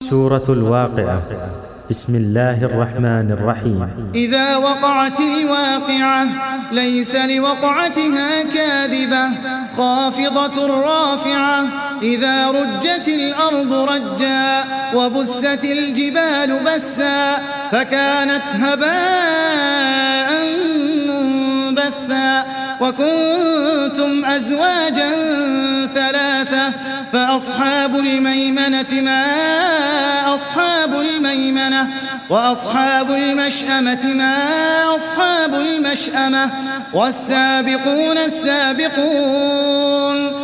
سورة الواقعة. بسم الله الرحمن الرحيم. إذا وقعت الواقعة ليس لوقعتها كاذبة خافضة رافعة إذا رجت الأرض رجا وبست الجبال بسا فكانت هباء منبثا وكنتم أزواجا ثلاثة فأصحاب الميمنة ما أصحاب الميمنة وأصحاب المشأمة ما أصحاب المشأمة والسابقون السابقون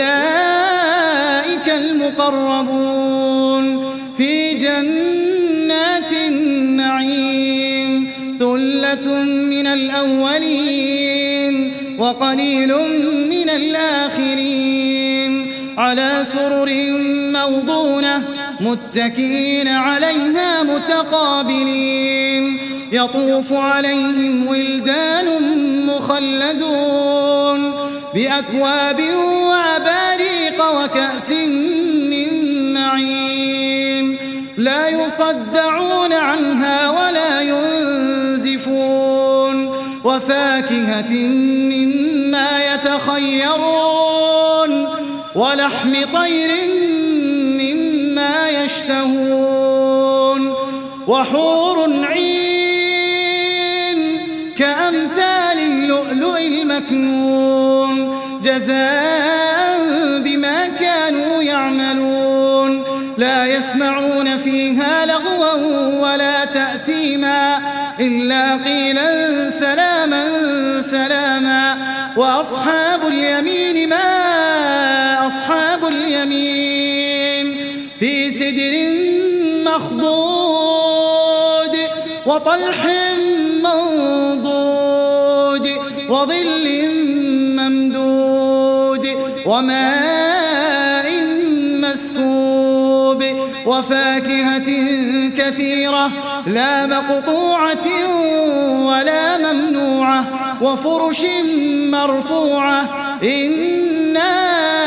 أولئك المقربون في جنات النعيم ثلة من الأولين وقليل من الآخرين على سرر موضونة متكئين عليها متقابلين يطوف عليهم ولدان مخلدون بأكواب وأباريق وكأس من معين لا يصدعون عنها ولا ينزفون وفاكهة مما يتخيرون ولحم طير مما يشتهون وحور عين كأمثال اللؤلؤ المكنون جزاء بما كانوا يعملون لا يسمعون فيها لغوا ولا تأثيما إلا قيلا سلاما سلاما وأصحاب اليمين ما أصحاب اليمين في سدر مخضود وطلح منضود وظل ممدود وماء مسكوب وفاكهة كثيرة لا مقطوعة ولا ممنوعة وفرش مرفوعة إنا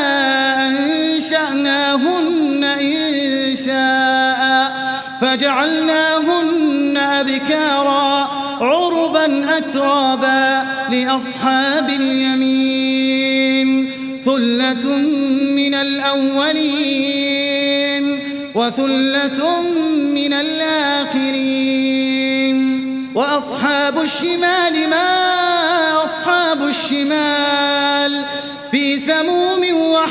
أنشأناهن إنشاء فجعلناهن أبكارا عربا أترابا لأصحاب اليمين ثلة من الأولين وثلة من الآخرين وأصحاب الشمال ما أصحاب الشمال في سموم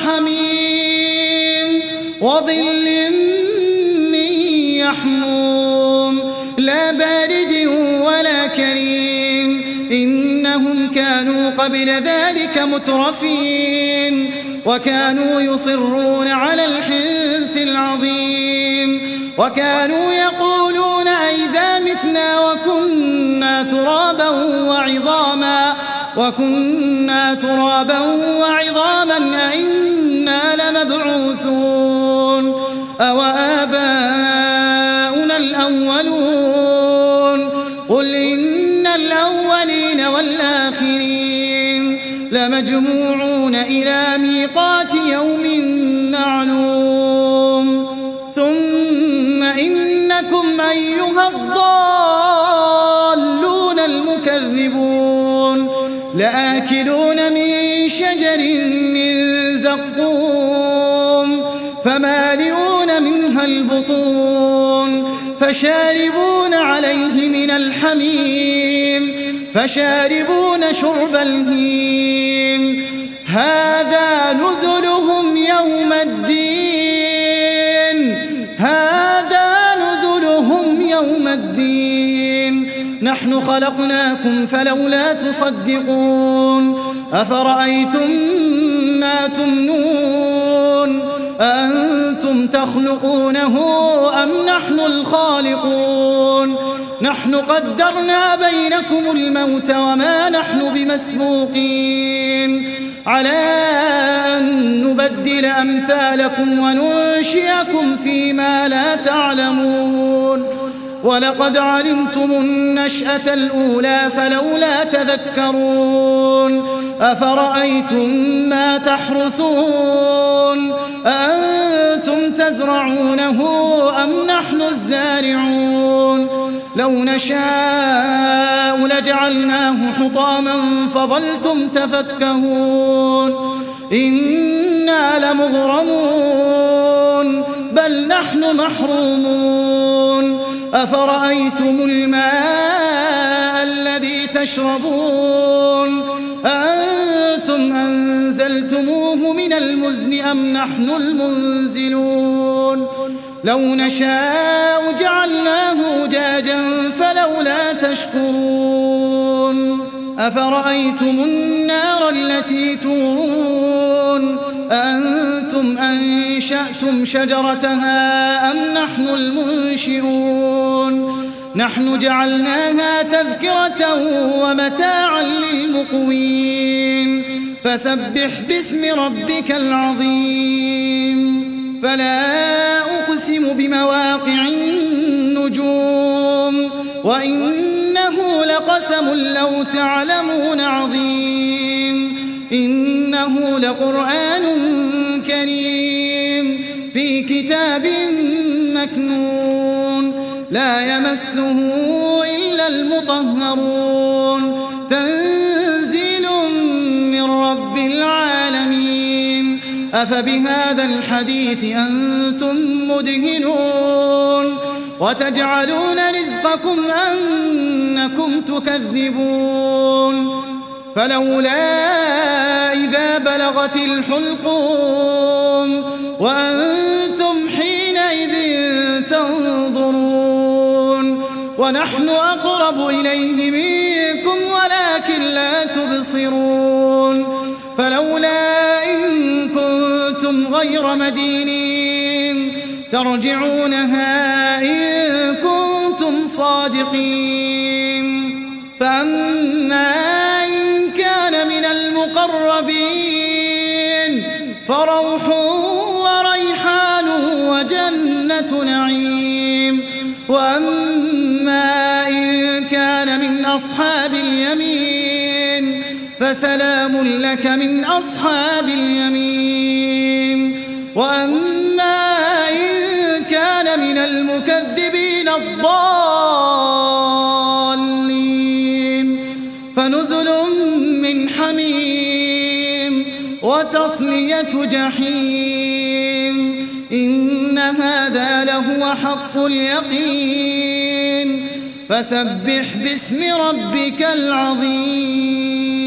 وحميم وظل من يحموم لا بارد ولا كريم إنهم كانوا قبل ذلك مترفين وكانوا يصرون على الحنث العظيم وكانوا يقولون أئذا متنا وكنا ترابا وعظاما أئنا لمبعوثون أو آباؤنا الأولون قل إن الأولين والآخرين لمجموعون إلى ميقات يوم معلوم ثم إنكم أيها الضالون المكذبون لآكلون من شجر من زقوم فمالئون منها البطون فشاربون عليه من الحميم فشاربون شرب الهيم هذا نزلهم يوم الدين هذا نزلهم يوم الدين نحن خلقناكم فلولا تصدقون أفرأيتم ما تمنون أأنتم تخلقونه أم نحن الخالقون نحن قدرنا بينكم الموت وما نحن بمسبوقين على أن نبدل أمثالكم وننشئكم فيما لا تعلمون ولقد علمتم النشأة الأولى فلولا تذكرون أفرأيتم ما تحرثون أأنتم تزرعونه أم نحن الزارعون لو نشاء لجعلناه حطاما فظلتم تفكهون إنا لمغرمون بل نحن محرومون أفرأيتم الماء الذي تشربون أنتم أنزلتموه من المزن أم نحن المنزلون لو نشاء جعلناه أجاجا فلولا تشكرون أفرأيتم النار التي تورون أنتم أنشأتم شجرتها أم نحن المنشئون نحن جعلناها تذكرة ومتاعا للمقوين فسبح باسم ربك العظيم فلا أقسم بمواقع النجوم وإنه لقسم لو تعلمون عظيم إنه لقرآن كريم في كتاب مكنون لا يمسه إلا المطهرون تنزيل من رب العالمين أفبهذا الحديث أنتم مدهنون وتجعلون رزقكم أنكم تكذبون فلولا إذا بلغت الحلقوم وأنتم حينئذ تنظرون ونحن أقرب إليه منكم ولكن لا تبصرون فلولا إن كنتم غير مدينين ترجعونها إن كنتم صادقين فأما إن كان من المقربين فروح وريحان وجنة نعيم وأما إن كان من أصحاب اليمين فسلام لك من أصحاب اليمين وأما إن كان من المكذبين الضالين فنزل من حميم وتصلية جحيم إن هذا لهو حق اليقين فسبح باسم ربك العظيم